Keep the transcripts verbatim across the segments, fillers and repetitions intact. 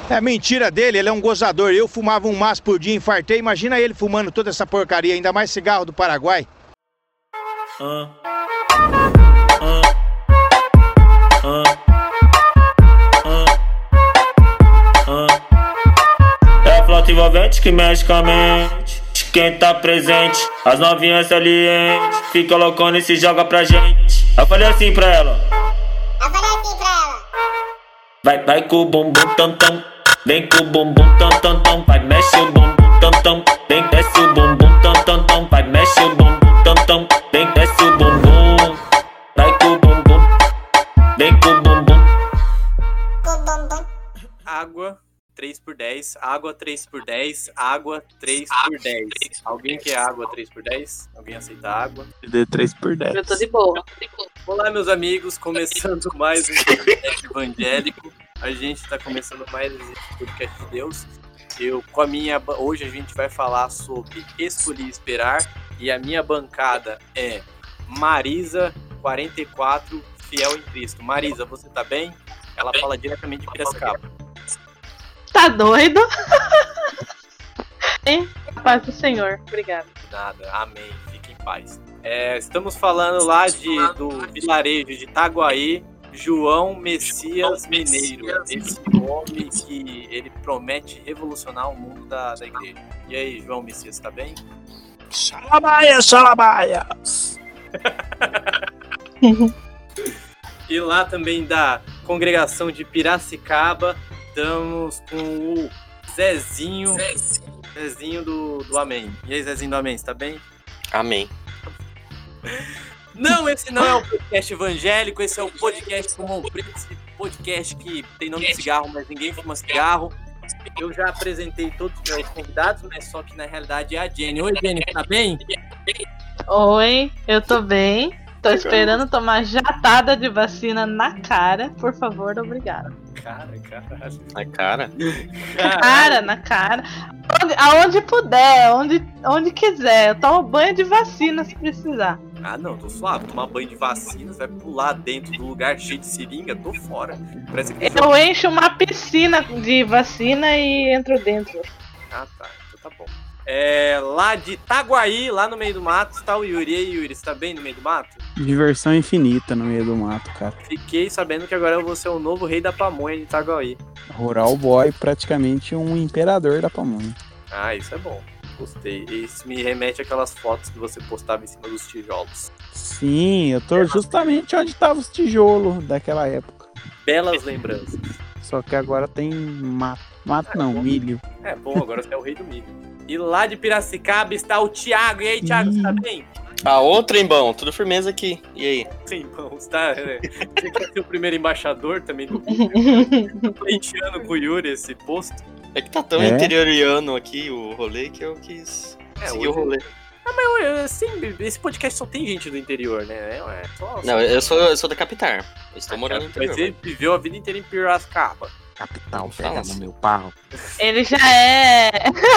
É mentira dele, ele é um gozador. Eu fumava um maço por dia, infartei. Imagina ele fumando toda essa porcaria, ainda mais cigarro do Paraguai. Uh. Uh. Uh. Uh. É a flauta envolvente que mexe com a mente. Quem tá presente, as novinhas salientes. Fica loucona e se joga pra gente. Eu falei assim pra ela. Eu falei assim pra ela. Vai, vai com o bumbum tam tam. Vem com o bumbum tam tam tam. Vai, mexe o bumbum tam tam. Vem, desce o bumbum tam tam tam. Vai, mexe o bumbum tam tam. Vem, desce o bumbum. Vai com o bumbum. Vem com o bumbum. Com o bumbum. Água três por dez, água três por dez, água três por dez. Alguém quer água três por dez? Alguém aceita água? D três por dez. Eu tô de boa. Olá, meus amigos, começando mais um podcast evangélico. A gente tá começando mais esse podcast de Deus. Eu, com a minha, hoje a gente vai falar sobre Escolhi Esperar e a minha bancada é Marisa, quarenta e quatro, fiel em Cristo. Marisa, você tá bem? Ela fala diretamente de Piracicaba. Tá doido? Hein? Paz do Senhor. Obrigada. Nada, amém. Fique em paz. É, estamos falando lá de, do vilarejo de Itaguaí, João Messias Mineiro. Esse homem que ele promete revolucionar o mundo da, da igreja. E aí, João Messias, tá bem? Xalabaia, xalabaia. E lá também da congregação de Piracicaba, estamos com o Zezinho, Zezinho do, do Amém. E aí, Zezinho do Amém, você tá bem? Amém. Não, esse não é o podcast evangélico, esse é o podcast Comum Preto, podcast que tem nome de cigarro, mas ninguém fuma cigarro. Eu já apresentei todos os meus convidados, mas só que na realidade é a Jenny. Oi, Jenny, tá bem? Oi, eu tô bem. Tô esperando tomar jatada de vacina na cara. Por favor, obrigada. Cara, caralho. Na cara? Cara, na cara. Onde, aonde puder, onde, onde quiser. Eu tomo banho de vacina se precisar. Ah, não, tô suave. Tomar banho de vacina, você vai pular dentro do lugar cheio de seringa, tô fora. Parece que Eu encho uma piscina de vacina e entro dentro. Ah, tá. Então tá bom. É, lá de Itaguaí, lá no meio do mato, está o Yuri. E aí, Yuri, você tá bem no meio do mato? Diversão infinita no meio do mato, cara. Fiquei sabendo que agora eu vou ser o novo rei da pamonha de Itaguaí. Rural Boy, praticamente um imperador da pamonha. Ah, isso é bom. Gostei. Isso me remete àquelas fotos que você postava em cima dos tijolos. Sim, eu tô justamente onde estavam os tijolos daquela época. Belas lembranças. Só que agora tem mato. Mato não, milho. É bom, agora você é o rei do milho. E lá de Piracicaba está o Thiago. E aí, Thiago, você tá bem? Ah, ô trembão, tudo firmeza aqui. E aí? Sim, bom, está. Né? Você quer ser o primeiro embaixador também do Tô pleiteando com o Yuri esse posto. É que tá tão É? interioriano aqui o rolê que eu quis É, seguir hoje- o rolê. Ah, mas eu, assim, esse podcast só tem gente do interior, né? É, é só, Não, eu sou, eu sou da capital. Eu estou Ah, morando no mas interior. você viveu a vida inteira em Piracicaba. Capital, Fala pega assim. no meu parro. Ele já é.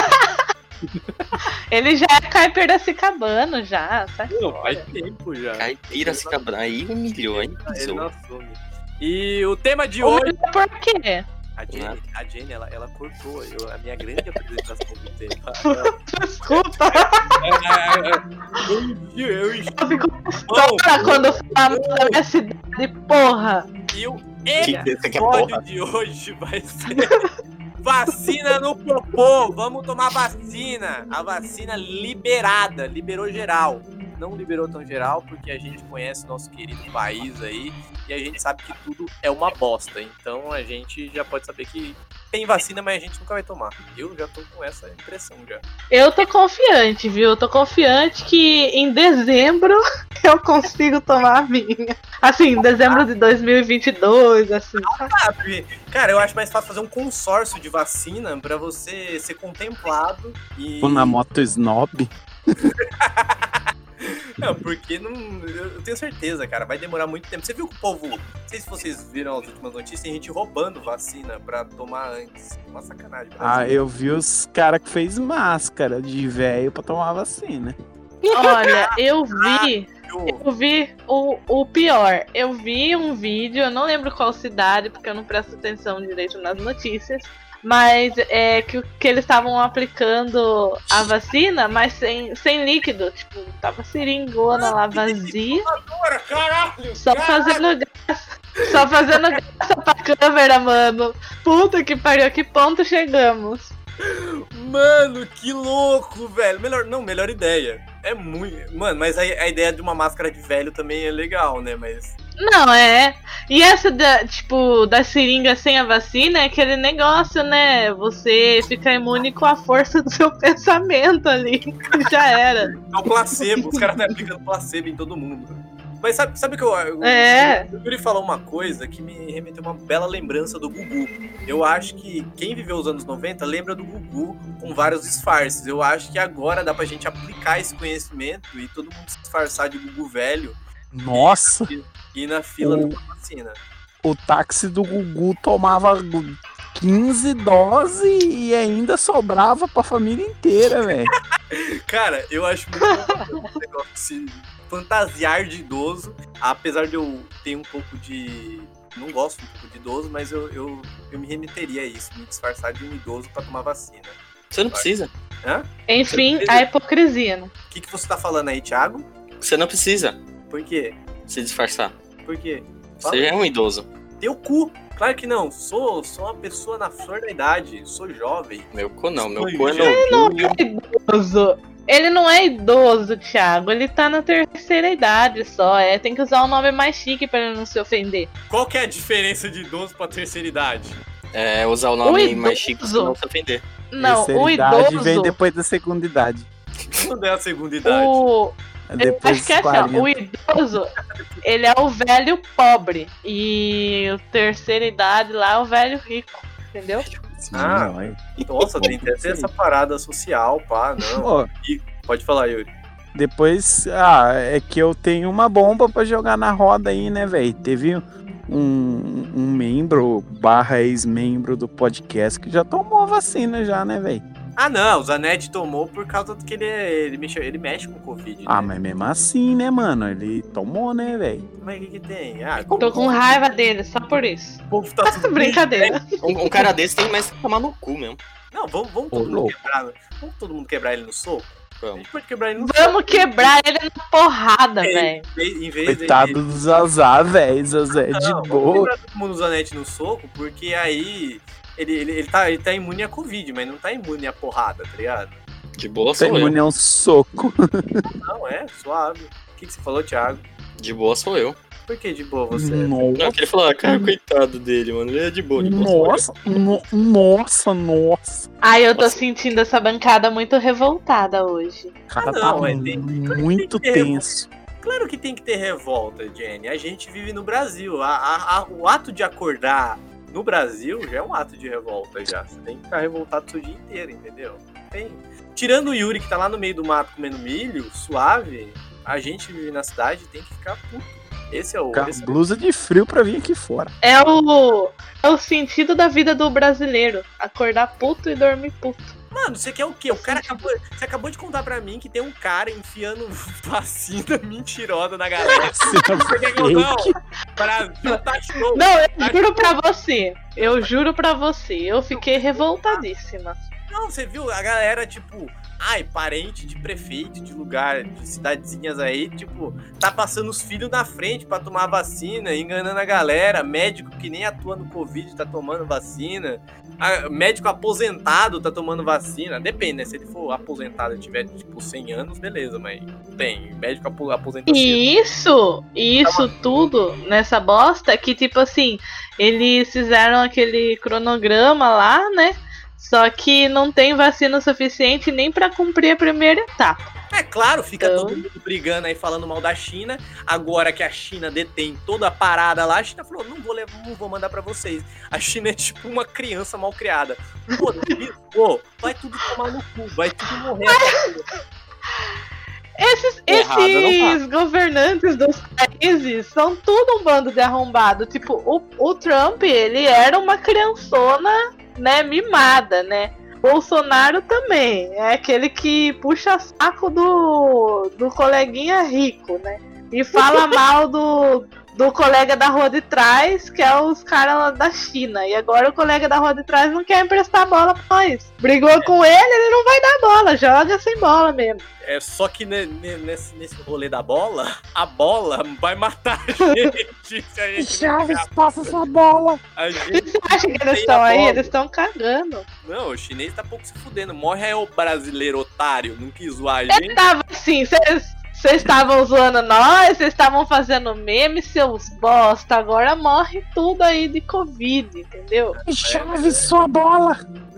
Ele já é caipiracicabano, já, sabe? Não, faz tempo já. Caipira se cabra. Aí humilhou, hein? Ele não assume. E o tema de Ou hoje... por quê? A Jenny, a Jenny ela, ela cortou eu, a minha grande apresentação do tema. Desculpa. Eu, eu, eu, Eu fico pistola quando fala da minha cidade, porra. E o Que que você quer, episódio porra? de hoje vai ser vacina no popô. Vamos tomar vacina. A vacina liberada, liberou geral. Não liberou tão geral porque a gente conhece nosso querido país aí e a gente sabe que tudo é uma bosta. Então a gente já pode saber que tem vacina, mas a gente nunca vai tomar. Eu já tô com essa impressão já. Eu tô confiante, viu? Eu tô confiante que em dezembro eu consigo tomar a minha. Assim, em dezembro de dois mil e vinte e dois, assim. Ah, porque, cara, eu acho mais fácil fazer um consórcio de vacina pra você ser contemplado e... Vou na moto snob. Não, porque não, eu tenho certeza, cara, vai demorar muito tempo. Você viu que o povo, não sei se vocês viram as últimas notícias, tem gente roubando vacina pra tomar antes. Uma sacanagem. Ah, Brasil. eu vi os caras que fez máscara de velho pra tomar vacina. Olha, eu vi. eu vi o, o pior. Eu vi um vídeo, eu não lembro qual cidade, porque eu não presto atenção direito nas notícias. Mas é que, que eles estavam aplicando a vacina, mas sem, sem líquido. Tipo, tava seringona lá vazia. Caralho, Só fazendo graça. Só fazendo graça pra câmera, mano. Puta que pariu, a que ponto chegamos? Mano, que louco, velho. Melhor, não, melhor ideia. É muito. Mano, mas a, a ideia de uma máscara de velho também é legal, né? Mas. Não, é. E essa, da, tipo, da seringa sem a vacina é aquele negócio, né? Você fica imune com a força do seu pensamento ali. Já era. É o placebo, os caras estão aplicando placebo em todo mundo. Mas sabe, sabe que eu, eu, É. o Yuri falou uma coisa que me remeteu uma bela lembrança do Gugu. Eu acho que quem viveu os anos noventa lembra do Gugu com vários disfarces. Eu acho que agora dá pra gente aplicar esse conhecimento e todo mundo se disfarçar de Gugu velho Nossa, e ir na fila O- da vacina. o táxi do Gugu tomava quinze doses e ainda sobrava pra família inteira, velho. Cara, eu acho muito bom esse negócio de se fantasiar de idoso, apesar de eu ter um pouco de... Não gosto um pouco de idoso, mas eu, eu, eu me remeteria a isso, me disfarçar de um idoso pra tomar vacina. Você não precisa. Hã? Enfim, a hipocrisia, né? O que, que você tá falando aí, Thiago? Você não precisa Por quê? se disfarçar. Por quê? Fala. Você é um idoso. Teu cu! Claro que não, sou, sou uma pessoa na flor da idade, sou jovem. Meu cu não, meu Oi, cu é gente. novinho. Idoso. Ele não é idoso, Thiago. Ele tá na terceira idade só. É, tem que usar um nome mais chique pra ele não se ofender. Qual que é a diferença de idoso pra terceira idade? É usar o nome O mais chique pra idoso. não se ofender. Não, Terceira o idade idoso. vem depois da segunda idade. Quando é a segunda idade? O... Eu Depois acho que é dos assim, ó, o quarenta. idoso, ele é o velho pobre. E o terceira idade lá é o velho rico. Entendeu? Sim, Ah. não, é. Nossa, tem que ter essa parada social, pá, não. Ó, Pode falar, Yuri. depois, ah, é que eu tenho uma bomba pra jogar na roda aí, né, velho? Teve um, um membro barra ex-membro do podcast que já tomou a vacina já, né, velho? Ah, não, o Zanetti tomou por causa do que ele, ele, mexe, ele mexe com o Covid, Ah, né? mas mesmo assim, né, mano? Ele tomou, né, velho? Mas o que que tem? Ah, Tô com raiva dele, só por isso. o povo tá tudo Brincadeira. Um, um cara desse tem mais que tomar no cu mesmo. Não, vamos, vamos Ô, todo mundo louco. quebrar. Vamos todo mundo quebrar ele no soco? A Vamos. gente pode quebrar ele no Vamos quebrar ele na porrada, É, velho. soco. Em vez Coitado de. do Zazá, velho. Zazá é de Não, vamos boa. quebrar todo mundo no Zanetti no soco, porque aí. Ele, ele, ele, tá, ele tá imune à Covid, mas não tá imune à porrada, tá ligado? De boa Tá sou eu. imune a um soco. Não, é, suave. O que, que você falou, Thiago? De boa sou eu. Por que de boa você? Não, Nossa, que ele falou, ah, cara, coitado dele, mano. Ele é de boa, de boa. sou eu. nossa, no- nossa, nossa. Ai, eu tô Nossa. sentindo essa bancada muito revoltada hoje. O cara Ah, tá não, é, tem- muito tem que ter tenso. Claro que tem que ter revolta, Jenny. A gente vive no Brasil. A, a- a- o ato de acordar no Brasil já é um ato de revolta já. Você tem que ficar revoltado o seu dia inteiro, entendeu? Tem. Tirando o Yuri que tá lá no meio do mato comendo milho, suave, a gente que vive na cidade tem que ficar puto. Esse é o. Com Esse é o... blusa de frio pra vir aqui fora. É o, é o sentido da vida do brasileiro. Acordar puto e dormir puto. Mano, você quer o quê? O cara acabou. Você acabou de contar pra mim que tem um cara enfiando vacina mentirosa na galera. Você quer que eu não? Fake. Brasil tá show. Não, eu juro pra você. Eu juro pra você. Eu fiquei revoltadíssima. Não, você viu a galera, tipo, ai, parente de prefeito de lugar, de cidadezinhas aí, tipo, tá passando os filhos na frente pra tomar vacina, enganando a galera, médico que nem atua no Covid tá tomando vacina, a- médico aposentado tá tomando vacina, depende, né, se ele for aposentado e tiver, tipo, cem anos, beleza, mas tem, médico apo- aposentado. E isso, isso tudo nessa bosta que, tipo assim, eles fizeram aquele cronograma lá, né? Só que não tem vacina suficiente nem pra cumprir a primeira etapa. É claro, fica Então- todo mundo brigando aí, falando mal da China. Agora que a China detém toda a parada lá, a China falou, não vou, levar, não vou mandar pra vocês. A China é tipo uma criança mal criada. Pô, pô, vai tudo tomar no cu, vai tudo morrer. Esses, Errado não esses governantes dos países são tudo um bando de arrombado. Tipo, o, o Trump, ele era uma criançona, né, mimada, né? Bolsonaro também. É aquele que puxa saco do, do coleguinha rico, né? e fala mal do, do colega da rua de trás, que é os caras lá da China. E agora o colega da rua de trás não quer emprestar a bola pra nós. Brigou com ele, ele não vai dar bola, joga sem bola mesmo. É só que ne- ne- nesse, nesse rolê da bola, a bola vai matar a gente. Se a gente Chaves, passa sua bola. A gente Você acha que eles tem estão a aí? bola. Eles estão cagando. Não, o chinês tá pouco se fudendo. Morre é o brasileiro otário, não quis zoar a Eu gente. tava assim, vocês estavam zoando nós, vocês estavam fazendo meme, seus bosta. Agora morre tudo aí de Covid, entendeu? Chaves, sua bola.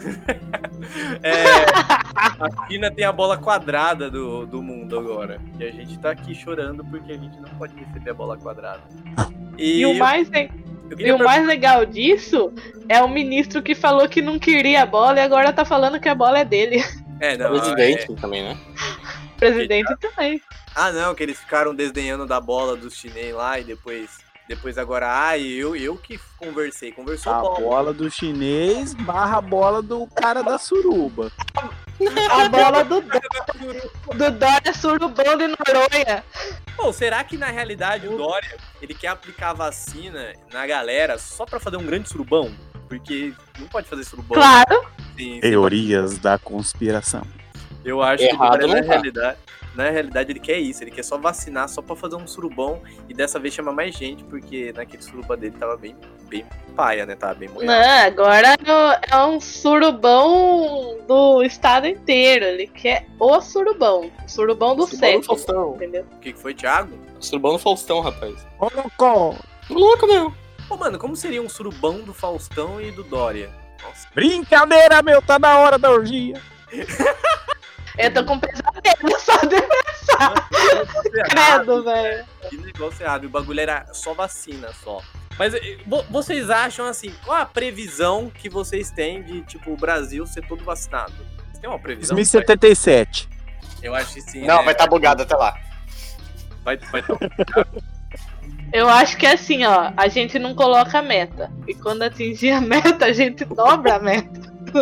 É, a China tem a bola quadrada do, do mundo agora. E a gente tá aqui chorando porque a gente não pode receber a bola quadrada. E, E o mais, eu e queria o mais legal disso é o ministro que falou que não queria a bola e agora tá falando que a bola é dele. É, não, Presidente é- também, né? O presidente também. Ah, não, que eles ficaram desdenhando da bola do chinês lá e depois. Depois agora, ah, eu, eu que conversei. Conversou A bom. bola do chinês barra a bola do cara da suruba. A bola do Dória, do Dória surubão de Noronha. Pô, será que na realidade o Dória, ele quer aplicar a vacina na galera só pra fazer um grande surubão? Porque não pode fazer surubão. Claro. Sem- sem Teorias da conspiração. Eu acho Errado que não na tá. realidade, na realidade ele quer isso, ele quer só vacinar só pra fazer um surubão e dessa vez chamar mais gente, porque naquele suruba dele tava bem, bem paia, né? Tava bem molhado. Não, agora é um surubão do estado inteiro. Ele quer o surubão. O surubão do Surubão do século. Faustão. Entendeu? O que que foi, Thiago? Surubão no Faustão, rapaz. Ô, louco! Louco, meu. Pô, mano, como seria um surubão do Faustão e do Dória? Nossa. Brincadeira, meu, tá na hora da orgia. Eu tô com pesadelo só de pensar. Credo, velho. Que negócio errado. E o bagulho era só vacina, só. Mas eh, vo- vocês acham, assim, qual a previsão que vocês têm de, tipo, o Brasil ser todo vacinado? Vocês têm uma previsão? dois mil e setenta e sete. Eu acho que sim, Não, né? vai estar bugado até lá. Vai, vai Eu acho que é assim, ó. A gente não coloca a meta. E quando atingir a meta, a gente dobra a meta.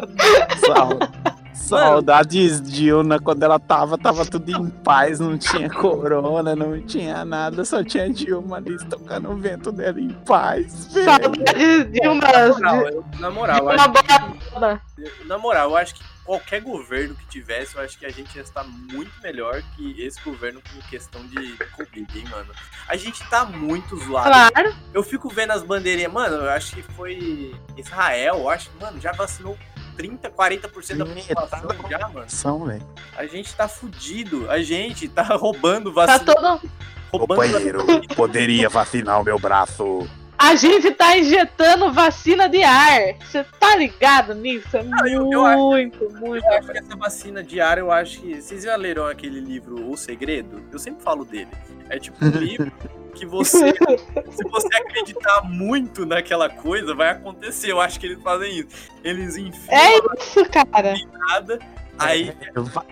Sal- Saudades Dilma, quando ela tava, tava tudo em paz, não tinha corona, não tinha nada, só tinha Dilma ali tocando o vento dela em paz. velho. Saudades de Na umas. moral, De eu, na moral, eu uma acho, bola. na moral, eu acho que qualquer governo que tivesse, eu acho que a gente ia estar muito melhor que esse governo com questão de Covid, hein, mano? A gente tá muito zoado. Claro. Eu fico vendo as bandeirinhas, mano, eu acho que foi Israel, eu acho que, mano, já vacinou trinta, quarenta por cento da população já, mano. São, velho. A gente tá fudido, a gente tá roubando Tá vacina. todo. roubando Companheiro, poderia vacinar o meu braço. A gente tá injetando vacina de ar. Você tá ligado nisso? É eu- eu acho- muito, muito. Eu acho que essa vacina diária, eu acho que. Vocês já leram aquele livro O Segredo? Eu sempre falo dele. É tipo um livro que você. Se você acreditar muito naquela coisa, vai acontecer. Eu acho que eles fazem isso. Eles enfiam É a isso, cara. nada, aí. Va-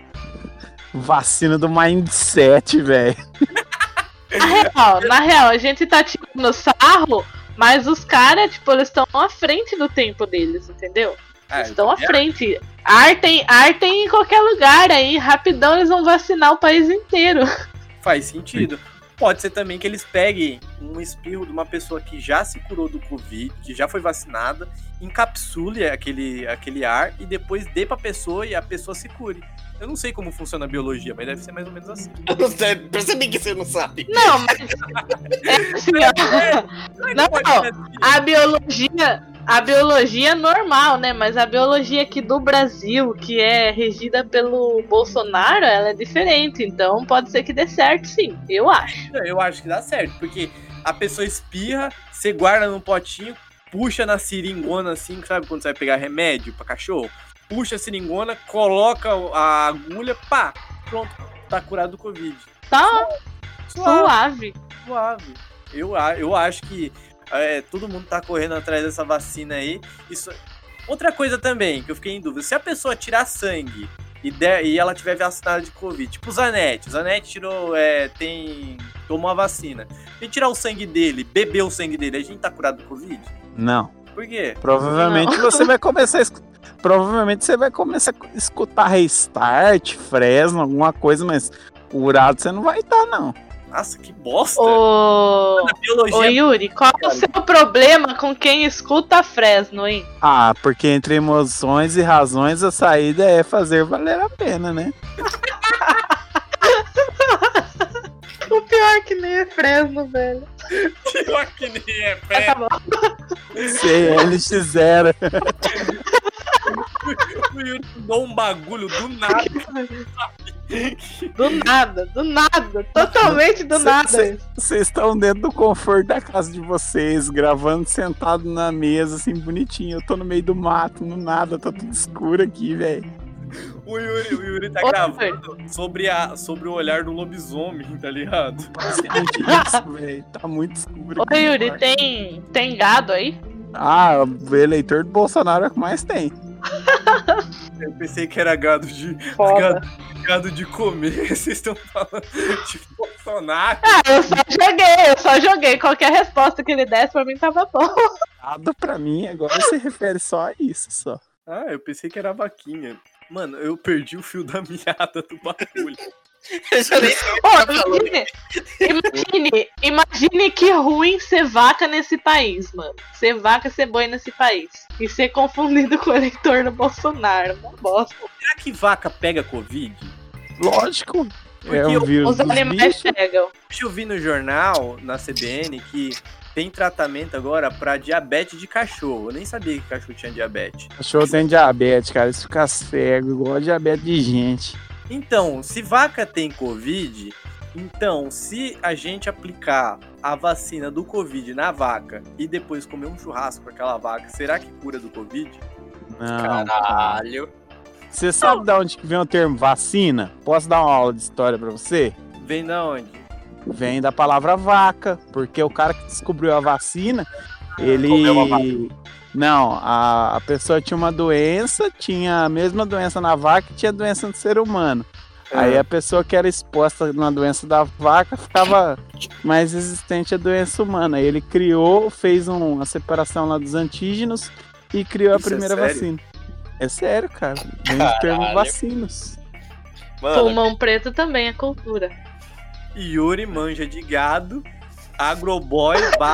Vacina do mindset, velho. Na real, na real, a gente tá tirando sarro, mas os caras, tipo, eles estão à frente do tempo deles, entendeu? Ah, Eles estão à é, frente. Ar tem, ar tem em qualquer lugar aí. Rapidão eles vão vacinar o país inteiro. Faz sentido. Pode ser também que eles peguem um espirro de uma pessoa que já se curou do Covid, que já foi vacinada, encapsule aquele, aquele ar e depois dê pra pessoa e a pessoa se cure. Eu não sei como funciona a biologia, mas deve ser mais ou menos assim. Eu não sei, percebi que você não sabe. Não, mas. É assim, ó. Não, Pode ser assim. a biologia. A biologia é normal, né? Mas a biologia aqui do Brasil, que é regida pelo Bolsonaro, ela é diferente. Então pode ser que dê certo, sim. Eu acho. Eu acho que dá certo, porque a pessoa espirra, você guarda no potinho, puxa na seringona assim, sabe quando você vai pegar remédio pra cachorro? Puxa a seringona, coloca a agulha, pá, pronto, tá curado do Covid. Tá Suave, suave. suave. Eu, a- eu acho que é, todo mundo tá correndo atrás dessa vacina aí. Isso... Outra coisa também, que eu fiquei em dúvida, se a pessoa tirar sangue e, der, e ela tiver vacinada de Covid, tipo o Zanetti, o Zanetti tirou, é, tem, tomou a vacina, e tirar o sangue dele, beber o sangue dele, a gente tá curado do Covid? Não. Por quê? Provavelmente Não. você vai começar a escutar. Provavelmente você vai começar a escutar Restart, Fresno, alguma coisa, mas curado você não vai estar, não. Nossa, que bosta. Ô, A biologia ô Yuri, qual é o seu problema com quem escuta Fresno, hein? Ah, porque entre emoções e razões a saída é fazer valer a pena, né? O pior é que nem é Fresno, velho. pior que nem é Mas pé. tá bom. C L X zero. O Yuri mandou um bagulho do nada. Do nada, do nada. Totalmente do nada. Vocês estão dentro do conforto da casa de vocês, gravando sentado na mesa, assim, bonitinho. Eu tô no meio do mato, no nada, tá tudo escuro aqui, velho. O Yuri, o Yuri tá Ô, gravando sobre, a, sobre o olhar do lobisomem, tá ligado? Basicamente isso, velho. Tá muito escuro Ô aqui. Yuri, tem, tem gado aí? Ah, o eleitor do Bolsonaro é o que mais tem. Eu pensei que era gado de, Foda. gado, gado de comer. Vocês estão falando de Bolsonaro. Ah, eu só joguei, eu só joguei. Qualquer resposta que ele desse pra mim tava bom. Nada pra mim, agora se refere só a isso, só. Ah, eu pensei que era vaquinha. Mano, eu perdi o fio da meada do bagulho. Eu já nem sei o que Ô, tá falando. imagine, imagine, imagine que ruim ser vaca nesse país, mano. Ser vaca, ser boi nesse país. E ser confundido com o eleitor do Bolsonaro. Uma bosta. Será que vaca pega Covid? Lógico. É Porque um vírus Os dos animais bichos. pegam. Hoje eu vi no jornal, na C B N, que tem tratamento agora pra diabetes de cachorro. Eu nem sabia que cachorro tinha diabetes. Cachorro tem diabetes, cara. Isso fica cego, igual a diabetes de gente. Então, se vaca tem Covid, então se a gente aplicar a vacina do Covid na vaca e depois comer um churrasco com aquela vaca, será que cura do Covid? Não. Caralho. Você sabe de onde que vem o termo vacina? Posso dar uma aula de história pra você? Vem da onde? Vem da palavra vaca, porque o cara que descobriu a vacina, ele... Comeu uma vaca. Não, a, a pessoa tinha uma doença, tinha a mesma doença na vaca e tinha doença no ser humano. Aí a pessoa que era exposta na doença da vaca ficava mais resistente à doença humana. Aí ele criou, fez um, uma separação lá dos antígenos e criou Isso a primeira é sério? vacina. É sério, cara. Vem do termo Caralho. vacinos. Mano, Pulmão preto também é cultura. Yuri manja de gado, agroboy, barra,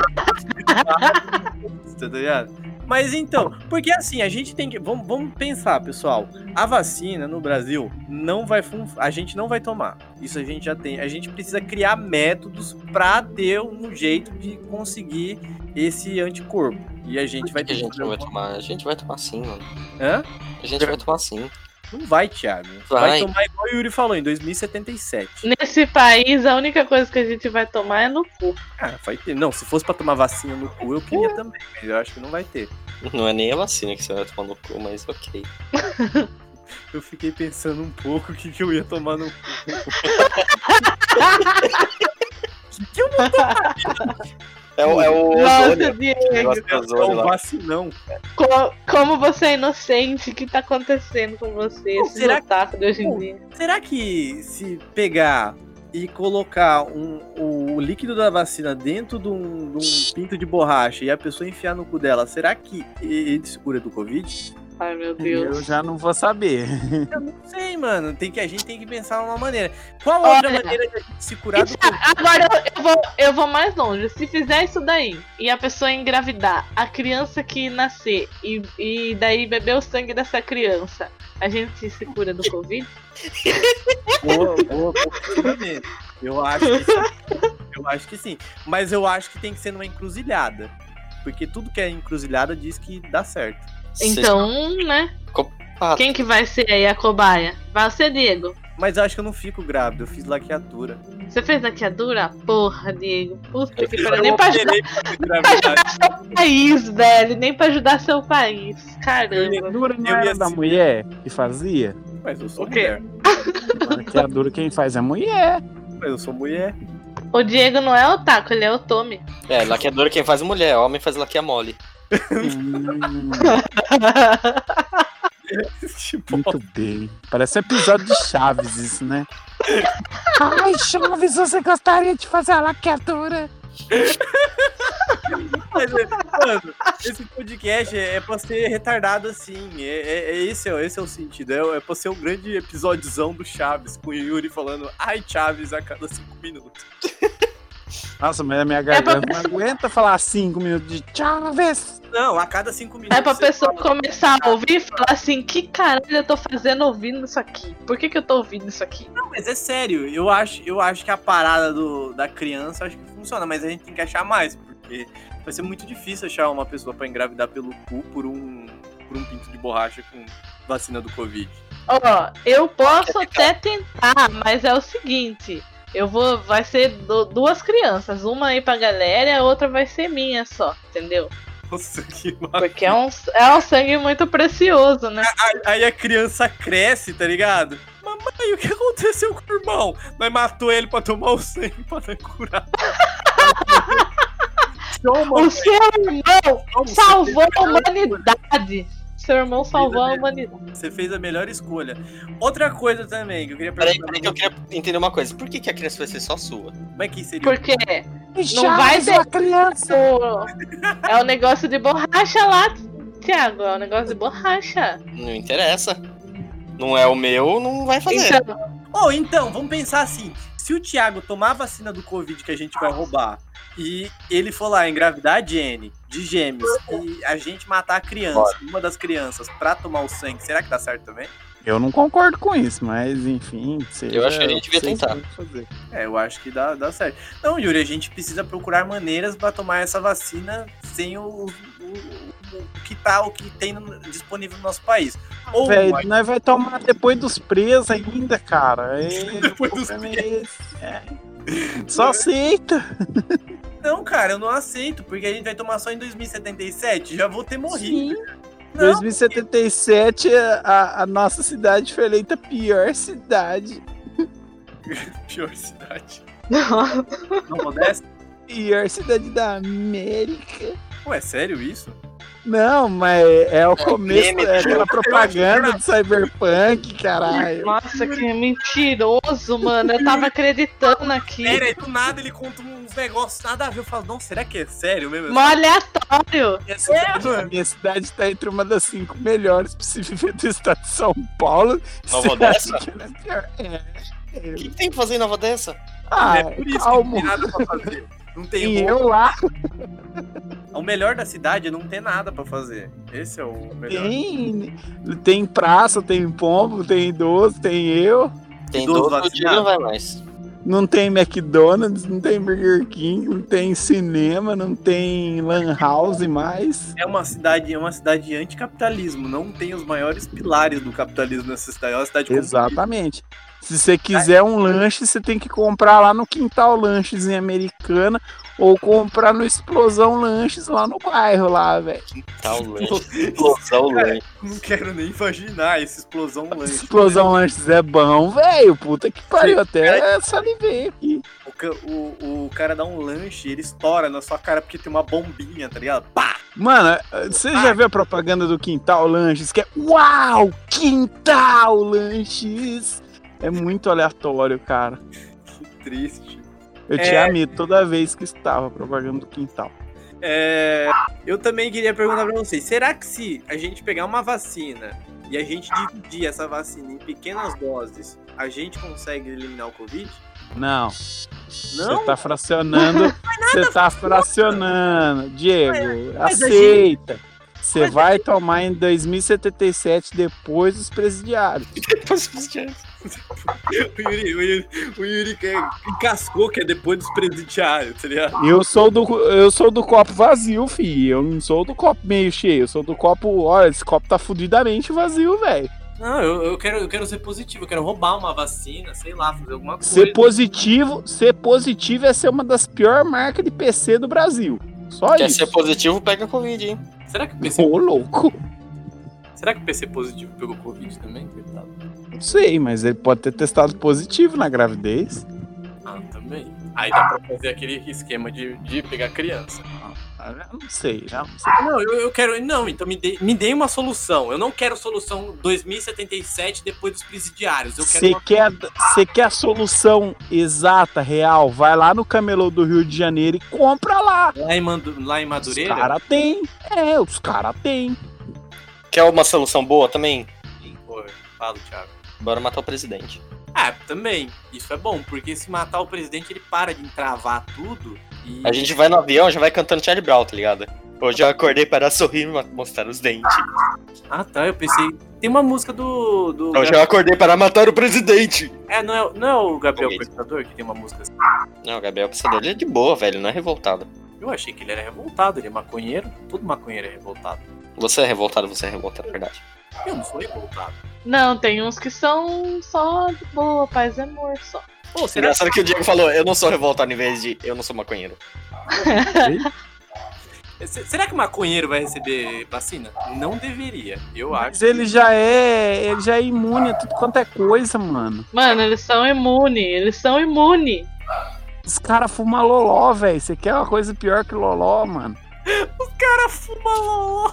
tá ligado? Mas então, porque assim, a gente tem que. Vamos, vamos pensar, pessoal. A vacina no Brasil não vai fun- a gente não vai tomar. Isso a gente já tem. A gente precisa criar métodos pra ter um jeito de conseguir esse anticorpo. E a gente por vai que ter a gente que não vai tomar? A gente vai tomar sim, mano. Hã? A gente vai tomar sim. Não vai, Thiago. Vai. Vai. tomar igual o Yuri falou, em dois mil e setenta e sete. Nesse país, a única coisa que a gente vai tomar é no cu. Ah, vai ter. Não, se fosse pra tomar vacina no cu, eu queria também, mas eu acho que não vai ter. Não é nem a vacina que você vai tomar no cu, mas ok. Eu fiquei pensando um pouco o que, que eu ia tomar no cu. que, que eu não É o, é o Nossa, ozônio. Diego, Negócio do É ozônio um lá. vacinão. co- como você é inocente, o que tá acontecendo com você? Pô, Esse será que- otaku de hoje em Pô, dia. Será que se pegar e colocar um, o, o líquido da vacina dentro de um, de um pinto de borracha e a pessoa enfiar no cu dela, será que ele se cura do Covid? Ai, meu Eu Deus. já não vou saber. Eu não sei, mano. Tem que, a gente tem que pensar numa maneira. Qual outra Olha, maneira de a gente se curar do Isso- Covid? agora eu, eu vou, eu vou mais longe. Se fizer isso daí e a pessoa engravidar, a criança que nascer e, e daí beber o sangue dessa criança, a gente se cura do Covid? Boa, boa, possivelmente. Eu acho que sim. Eu acho que sim. Mas eu acho que tem que ser numa encruzilhada. Porque tudo que é encruzilhada diz que dá certo. Então, né? Ah, Quem que vai ser aí a cobaia? Vai ser Diego. Mas eu acho que eu não fico grávido, eu fiz laqueadura. Você fez laqueadura? Porra, Diego. Puta que Eu pariu. Nem pra ajudar operei pra ter gravidade. seu país, velho. Nem pra ajudar seu país. Caramba. Dura não Eu era ia da se- mulher que fazia? Mas eu sou O quê? mulher. Que a dura quem faz é mulher. Mas eu sou mulher. O Diego não é otaku, ele é otome. É, laqueadora quem faz é mulher, homem faz laqueia mole. Hum, Tipo, muito bem. Parece um episódio de Chaves isso, né? Ai, Chaves, você gostaria de fazer a laqueadura? Mas, mano, esse podcast é, é pra ser retardado assim. É, é, é esse, é, esse é o sentido. É, é pra ser um grande episódiozão do Chaves, com o Yuri falando ai, Chaves, a cada cinco minutos. Nossa, mas a minha garganta não aguenta falar cinco minutos de Chaves. Não, a cada cinco minutos. É pra você pessoa fala, começar a ouvir e falar assim, que caralho eu tô fazendo ouvindo isso aqui? Por que que eu tô ouvindo isso aqui? Não, mas é sério, eu acho, eu acho que a parada do, da criança acho que funciona, mas a gente tem que achar mais, porque vai ser muito difícil achar uma pessoa pra engravidar pelo cu por um, por um pinto de borracha com vacina do Covid. Ó, eu posso até tentar, mas é o seguinte, eu vou, vai ser do- duas crianças, uma aí pra galera e a outra vai ser minha só, entendeu? Nossa, que Porque é um, é um sangue muito precioso, né? Aí a criança cresce, tá ligado? Mamãe, o que aconteceu com o irmão? Nós matou ele pra tomar o sangue pra não curar. Show, O mano. seu irmão Vamos, salvou você a fez a melhor humanidade. Seu irmão salvou a humanidade. Você fez a melhor escolha. Outra coisa também que eu queria Peraí, perguntar. peraí que eu queria entender uma coisa. Por que, que a criança vai ser só sua? Como é que seria? Porque Não vai ter- uma criança. o, é o negócio de borracha lá, Thiago. É o negócio de borracha. Não interessa. Não é o meu, não vai fazer. Então, Ou então, vamos pensar assim. Se o Thiago tomar a vacina do Covid que a gente vai roubar e ele for lá engravidar a Jenny de gêmeos e a gente matar a criança, uma das crianças, pra tomar o sangue, será que dá certo também? Eu não concordo com isso, mas enfim. Seja, Eu acho que a gente devia vocês tentar. vão fazer. É, eu acho que dá, dá certo. Não, Yuri, a gente precisa procurar maneiras pra tomar essa vacina sem o, o, o, o que tá, o que tem no- disponível no nosso país. Ou Velho, vai- nós vai tomar depois dos presos ainda, cara. É, Depois dos o problema é esse. É. Só aceita. Não, cara, eu não aceito, porque a gente vai tomar só em dois mil e setenta e sete, já vou ter morrido. Sim. Não, dois mil e setenta e sete, a, a nossa cidade foi eleita a pior cidade. pior cidade. não. Não modesta? Pior cidade da América. Ué, sério isso? Não, mas é o começo, meme, é aquela eu propaganda acho de Cyberpunk, caralho. Nossa, que mentiroso, mano. Eu tava acreditando aqui. Sério, aí do nada ele conta uns negócios nada a ver. Eu falo, não, será que é sério mesmo? Mó aleatório. Minha cidade, a minha cidade está entre uma das cinco melhores pra se viver do estado de São Paulo. Nova Você acha Odessa? que ela é pior? É. O que, que tem que fazer em Nova Odessa? Ah, é por isso calma. que não tem nada pra fazer. Não tem E roupa. eu lá O melhor da cidade é não ter nada pra fazer. Esse é o melhor. tem, tem praça, tem pombo, tem idoso, tem eu. Tem Idoso doze no dia, não vai mais. Não tem McDonald's, não tem Burger King, não tem cinema, não tem Lan House mais. É uma cidade, é uma cidade anticapitalismo. Não tem os maiores pilares do capitalismo nessa cidade. É uma cidade Exatamente. Se você quiser um lanche, você tem que comprar lá no Quintal Lanches em Americana ou comprar no Explosão Lanches lá no bairro lá, velho. Tá o lanche. Explosão Cara, lanche. Não quero nem imaginar esse explosão lanche. Explosão Lanches é bom, velho. Puta que pariu, até salivei aqui. O, ca- o, o cara dá um lanche, ele estoura na sua cara porque tem uma bombinha, tá ligado? Pá! Mano, você já viu a propaganda do Quintal Lanches? Que é uau, Quintal Lanches. É muito aleatório, cara. Que triste. Eu É. tinha medo toda vez que estava a propaganda do Quintal. É, eu também queria perguntar pra vocês, será que se a gente pegar uma vacina e a gente dividir essa vacina em pequenas doses, a gente consegue eliminar o Covid? Não. Não? Você tá fracionando. Você tá fracionando. Diego, mas a aceita. Você mas a vai tomar em dois mil e setenta e sete depois dos presidiários. O Yuri, o Yuri, o Yuri que encascou que é depois dos presidiários, tá ligado? Eu sou do, eu sou do copo vazio, fi. Eu não sou do copo meio cheio. Eu sou do copo. Olha, esse copo tá fudidamente vazio, velho. Não, eu, eu, quero, eu quero ser positivo, eu quero roubar uma vacina, sei lá, fazer alguma coisa. Ser positivo, ser positivo é ser uma das piores marcas de P C do Brasil. Só Quer isso. ser positivo, pega Covid, hein? Será que o P C, Ô, louco. será que o P C positivo pegou Covid também? Coitado. Não sei, mas ele pode ter testado positivo na gravidez. Ah, também. Aí dá pra fazer aquele esquema de, de pegar criança. já não sei, já não sei. Não, eu, eu quero. Não, então me dê, me dê uma solução. Eu não quero solução dois mil e setenta e sete depois dos presidiários. Eu quero Você uma... quer, você quer a solução exata, real? Vai lá no camelô do Rio de Janeiro e compra lá. Lá em, Mandu... lá em Madureira? Os caras tem. É, os caras tem. Quer uma solução boa também? Pô, fala, Thiago. Bora matar o presidente. Ah, também. Isso é bom, porque se matar o presidente, ele para de entravar tudo e... A gente vai no avião, já vai cantando Charlie Brown, tá ligado? Hoje eu acordei para sorrir e mostrar os dentes. Ah, tá, eu pensei... Tem uma música do... do Hoje eu acordei para matar o presidente. É, não é, não é o Gabriel Ok. Pensador que tem uma música assim? Não, o Gabriel Pensador, ele é de boa, velho, não é revoltado. Eu achei que ele era revoltado, ele é maconheiro. Todo maconheiro é revoltado. Você é revoltado, você é revoltado, é verdade. Eu não sou revoltado. Não, tem uns que são só de boa, paz e amor só. Pô, será Engraçado que o Diego falou, eu não sou revoltado em vez de eu não sou maconheiro. que... Será que maconheiro vai receber vacina? Não deveria, eu acho. Mas ele já é. Ele já é imune a tudo quanto é coisa, mano. Mano, eles são imunes, eles são imunes. Os caras fumam loló, velho. Você quer uma coisa pior que loló, mano? Os caras fumam loló.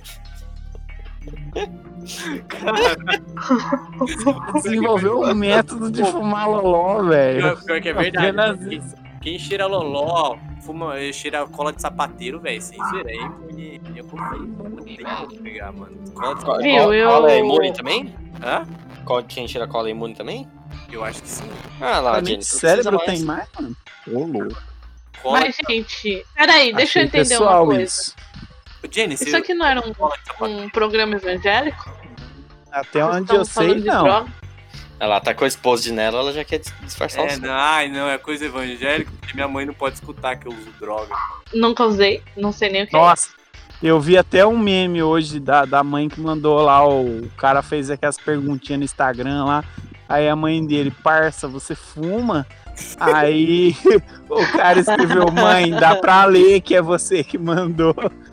Desenvolveu um método de fumar loló, velho. Pior, pior que é verdade. Apenas Quem, isso. quem cheira loló, fuma, cheira cola de sapateiro, velho, sem zoeira, é imune. Eu confio, não tem como pegar, mano. Cola de Qual, sapateiro. Viu, qual, eu- cola é imune também? Hã? Qual, quem tira cola é imune também? Eu acho que sim. Ah lá, Pra mim, Jenny. cérebro tem mais, mano. Ô, louco. Cola Mas, gente, peraí, deixa eu Achei entender pessoal uma coisa. isso. Jenny, você Isso aqui não era um, cola de sapateiro. um programa evangélico? Até Vocês onde estavam eu sei, falando de não. droga? Ela tá com a esposa de nela, ela já quer dis- disfarçar o É, som. não, ai, não, é coisa evangélica, porque minha mãe não pode escutar que eu uso droga. Nunca usei, não sei nem o que é. Nossa, eu vi até um meme hoje da, da mãe que mandou lá, o, o cara fez aquelas perguntinhas no Instagram lá, aí a mãe dele, parça, você fuma? Aí o cara escreveu, mãe, dá pra ler que é você que mandou.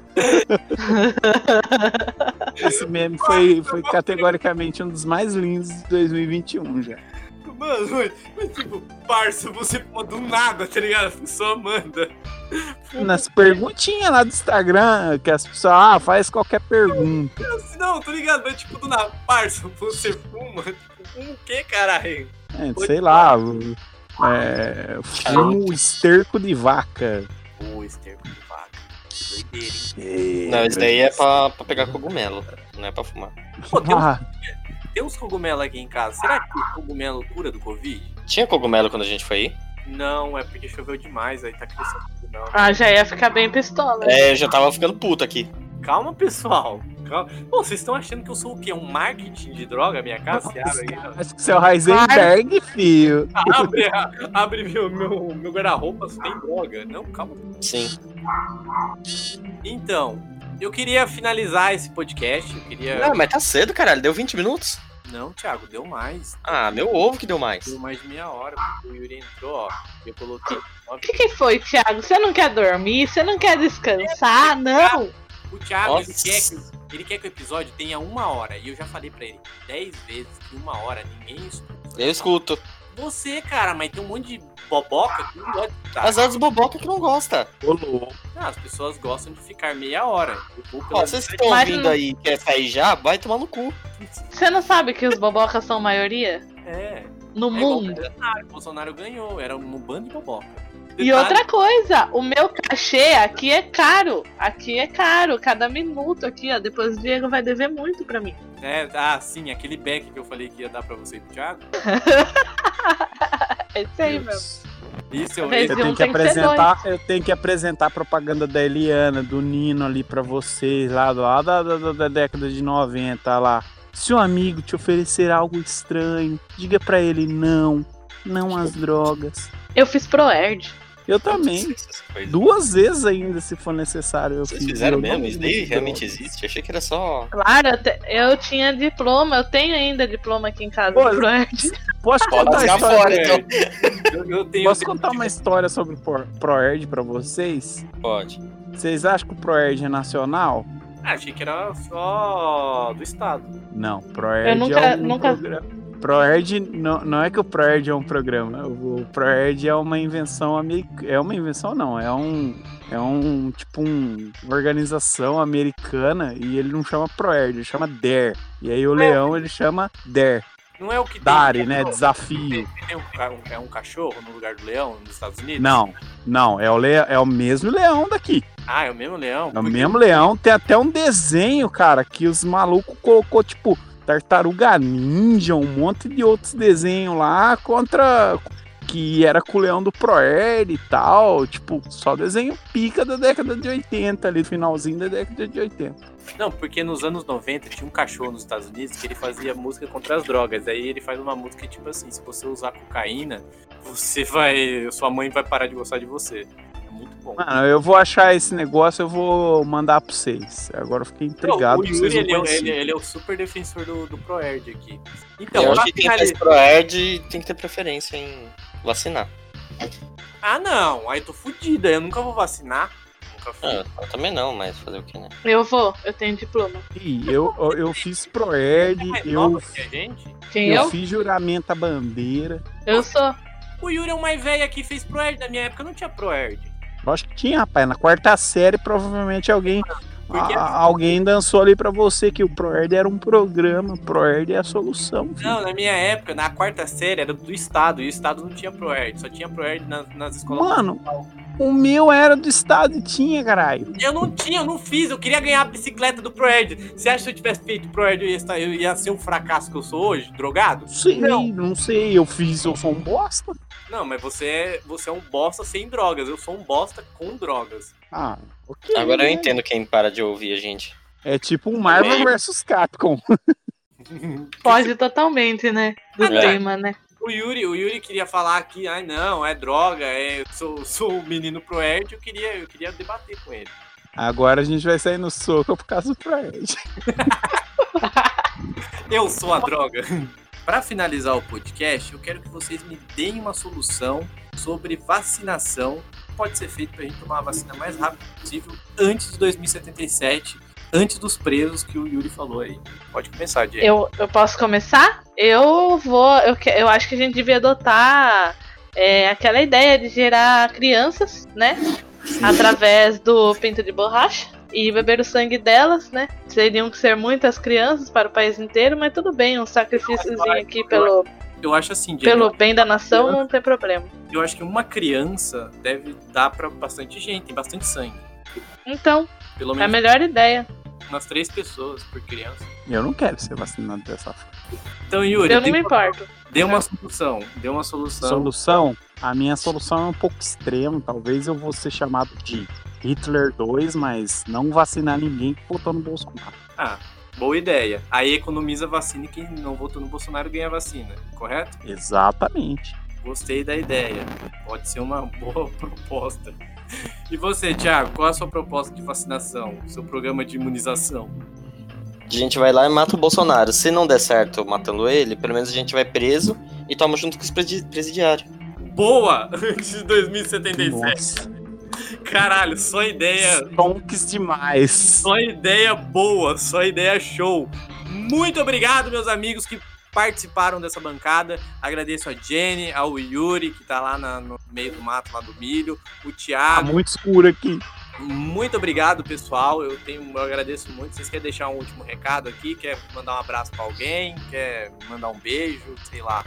Esse meme foi, foi categoricamente um dos mais lindos de dois mil e vinte e um já. Mano, mas, mas tipo, parça, você fuma do nada, tá ligado? A pessoa manda. Nas perguntinhas lá do Instagram, que as pessoas, ah, faz qualquer pergunta. Não, tô ligado, mas tipo, do nada, parça, você fuma? Tipo, fuma o que, caralho? É, sei lá, é, fumo esterco de vaca. Ô, esterco de vaca. Doideira, hein? Não, isso daí é pra, pra pegar cogumelo, não é pra fumar. Pô, tem uns, Ah, tem uns cogumelos aqui em casa. Será que o cogumelo cura do Covid? Tinha cogumelo quando a gente foi aí? Não, é porque choveu demais, aí tá crescendo tudo, não. Ah, já ia ficar bem pistola. É, eu já tava ficando puto aqui. Calma, pessoal. Calma. Pô, vocês estão achando que eu sou o quê? Um marketing de droga? Minha casa se abre aí, ó. acho que seu Heisenberg, filho. Abre, abre meu, meu, meu guarda-roupa, tem droga. Não, calma. Sim. Então, eu queria finalizar esse podcast. Eu queria. Não, mas tá cedo, caralho, deu vinte minutos. Não, Thiago, deu mais. Ah, meu ovo que deu mais. Deu mais de meia hora, porque o Yuri entrou, ó. Eu coloquei. O que, que foi, Thiago? Você não quer dormir? Você não quer descansar? Não! O Thiago, ele Nossa. quer, que, ele quer que o episódio tenha uma hora. E eu já falei pra ele dez vezes que uma hora ninguém escuta. Eu escuto. Você, cara, mas tem um monte de boboca que não gosta de escutar. Azar dos boboca que não gosta. Ô, louco. Ah, as pessoas gostam de ficar meia hora. Eu vou Ó, pela- vocês que estão Mas ouvindo não- aí e quer sair já, vai tomar no cu. Você não sabe que os bobocas são maioria? É. No É igual o mundo? Bolsonaro. O Bolsonaro ganhou, era um bando de boboca. E outra coisa, o meu cachê aqui é caro. Aqui é caro. Cada minuto aqui, ó. Depois o Diego vai dever muito pra mim. É, ah, sim, aquele back que eu falei que ia dar pra você e pro Thiago. É isso aí, meu. Isso, eu, Vez Eu de um tenho que tem que ser apresentar, eu tenho que apresentar a propaganda da Eliana, do Nino ali pra vocês, lá, do- lá da, da, da década de noventa lá. Se um amigo te oferecer algo estranho, diga pra ele não, não às drogas. Eu fiz Proerd. Eu também. Essas coisas. Duas vezes ainda, se for necessário. Eu Vocês fiz. fizeram Eu mesmo? não Isso daí uso realmente drogas. existe? Eu achei que era só. Claro, eu, te- eu tinha diploma. Eu tenho ainda diploma aqui em casa Pô, de Proerd. Posso Pode contar, a rasgar história, fora, então. eu, eu tenho. posso contar uma história sobre o Pro- Proerd pra vocês? Pode. Vocês acham que o Proerd é nacional? Ah, achei que era só do estado. Não, Proerd Eu nunca- é um nunca- programa. ProErd não, não é que o ProErd é um programa. O ProErd é uma invenção americana. É uma invenção, não. É um. É um. Tipo, um, uma organização americana e ele não chama ProErd, ele chama Dare. E aí o leão ele chama Dare. Não é o que Dare, tem, né? Tem, Desafio. tem um, um, é um cachorro no lugar do leão nos Estados Unidos? Não, não. É o, le, é o mesmo leão daqui. Ah, é o mesmo leão? É o mesmo leão. Tem até um desenho, cara, que os malucos colocou, tipo, Tartaruga Ninja, um monte de outros desenhos lá contra... Que era com o leão do ProErd e tal. Tipo, só desenho pica da década de oitenta ali, finalzinho da década de oitenta. Não, porque nos anos noventa tinha um cachorro nos Estados Unidos que ele fazia música contra as drogas. Aí ele faz uma música tipo assim, se você usar cocaína, você vai... Sua mãe vai parar de gostar de você. É muito bom. Mano, eu vou achar esse negócio, eu vou mandar pra vocês. Agora eu fiquei intrigado. Não, o Yuri, ele, é, ele, ele é o super defensor do, do ProErd aqui. Então, eu acho que quem faz ProErd tem que ter preferência em vacinar. Ah, não. Aí tô fudida. Eu nunca vou vacinar. Nunca fui. Ah, eu também não, mas fazer o que, né? Eu vou, eu tenho diploma. Ih, eu, eu, eu fiz ProErd, mais eu, nova que a gente? Quem eu eu? fiz juramento à bandeira. Eu sou. O Yuri é o mais velho aqui, fez ProErd. Na minha época não tinha ProErd. Eu acho que tinha, rapaz. Na quarta série, provavelmente alguém, Porque- a- alguém dançou ali pra você que o ProErd era um programa. ProErd é a solução. filho. Não, na minha época, na quarta série, era do Estado. E o Estado não tinha ProErd. Só tinha ProErd nas, nas escolas. Mano, o meu era do estado e tinha, caralho. Eu não tinha, eu não fiz. Eu queria ganhar a bicicleta do ProErd. Você acha que se eu tivesse feito ProErd, eu ia, estar, eu ia ser um fracasso que eu sou hoje? Drogado? Não sei, Não. não sei. Eu fiz, eu sou um bosta. Não, mas você é, você é um bosta sem drogas. Eu sou um bosta com drogas. Ah, ok. Agora eu né? entendo quem para de ouvir a gente. É tipo um Marvel versus Capcom. Pode totalmente, né? Do É. tema, né? O Yuri, o Yuri queria falar que, ai não, é droga, é, eu sou, sou o menino ProErd, eu queria, eu queria debater com ele. Agora a gente vai sair no soco por causa do ProErd. Eu sou a droga. Para finalizar o podcast, eu quero que vocês me deem uma solução sobre vacinação. Pode ser feito para a gente tomar a vacina mais rápido possível antes de dois mil e setenta e sete, antes dos presos que o Yuri falou aí. Pode começar, Diego. Eu, eu posso começar? Eu vou. Eu, que- eu acho que a gente devia adotar é, aquela ideia de gerar crianças, né? Através do pinto de borracha. E beber o sangue delas, né? Seriam que ser muitas crianças para o país inteiro, mas tudo bem, um sacrifíciozinho aqui pelo, Eu acho assim, Diego, pelo bem da nação não tem problema. eu acho que uma criança deve dar para bastante gente, tem bastante sangue. Então, Pelo é a menos melhor ideia. umas três pessoas por criança. Eu não quero ser vacinado dessa forma. Então, Yuri, Eu não dê, me uma, importo. dê uma solução. Dê uma solução. Solução? A minha solução é um pouco extrema. Talvez eu vou ser chamado de Hitler dois, mas não vacinar ninguém que votou no Bolsonaro. Ah, boa ideia. Aí economiza vacina e quem não votou no Bolsonaro ganha vacina, correto? Exatamente. Gostei da ideia. Pode ser uma boa proposta. E você, Thiago, qual é a sua proposta de vacinação? Seu programa de imunização? A gente vai lá e mata o Bolsonaro. Se não der certo matando ele, pelo menos a gente vai preso e toma junto com os presi- presidiários. Boa! Antes de dois mil e setenta e sete. Nossa. Caralho, só ideia. Stonks demais. Só ideia boa, só ideia show. Muito obrigado, meus amigos que participaram dessa bancada. Agradeço a Jenny, ao Yuri, que tá lá na- no meio do mato, lá do milho. O Tá Thiago. muito escuro aqui. Muito obrigado, pessoal. Eu tenho, eu agradeço muito. Vocês querem deixar um último recado aqui? Quer mandar um abraço pra alguém? Quer mandar um beijo? Sei lá.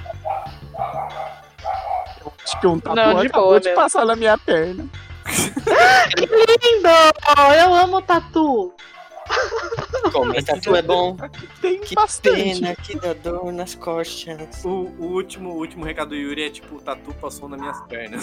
Acho que um tatu Não, de acabou boa, de né? passar na minha perna. Lindo! Eu amo tatu. Comer tatu é bom. Tem Que bastante. pena que dá dor nas costas. O, o último, o último recado do Yuri é tipo: o tatu passou nas minhas pernas.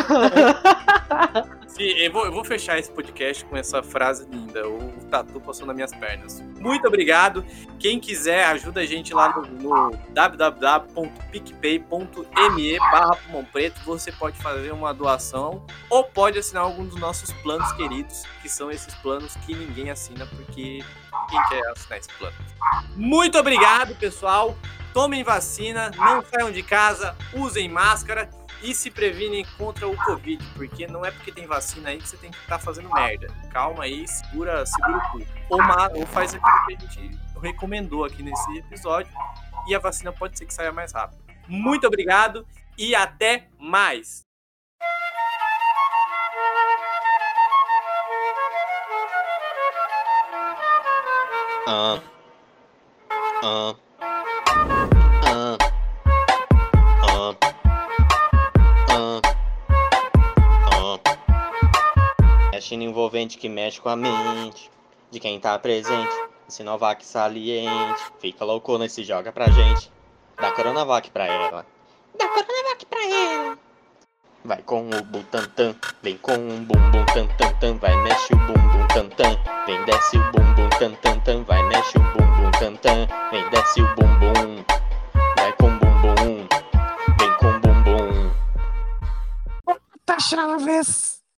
Sim, eu vou, eu vou fechar esse podcast com essa frase linda: o, o tatu passou nas minhas pernas. Muito obrigado. Quem quiser, ajuda a gente lá no, no w w w ponto picpay ponto me barra Pulmão Preto. Você pode fazer uma doação ou pode assinar algum dos nossos planos queridos, que são esses planos que ninguém assina, porque quem quer assinar esse plano? Muito obrigado, pessoal. Tomem vacina, não saiam de casa, usem máscara e se previnem contra o Covid, porque não é porque tem vacina aí que você tem que estar fazendo merda. Calma aí, segura, segura o cu. Ou, ma- ou faz aquilo que a gente recomendou aqui nesse episódio e a vacina pode ser que saia mais rápido. Muito obrigado e até mais! Ah. Ah. Ah. Ah. Ah. Ah. Destino envolvente que mexe com a mente de quem tá presente. Sinovac saliente, fica loucona e se joga pra gente. Dá Coronavac pra ela. Dá Coronavac pra ela. Vai com o butantan, vem com um bumbum tantantan, vai mexe o bumbum tantan, vem desce o bumbum tantantan, vai mexe o bumbum tantan, vem desce o bumbum, vai com bumbum, vem com bumbum. Tá chaves.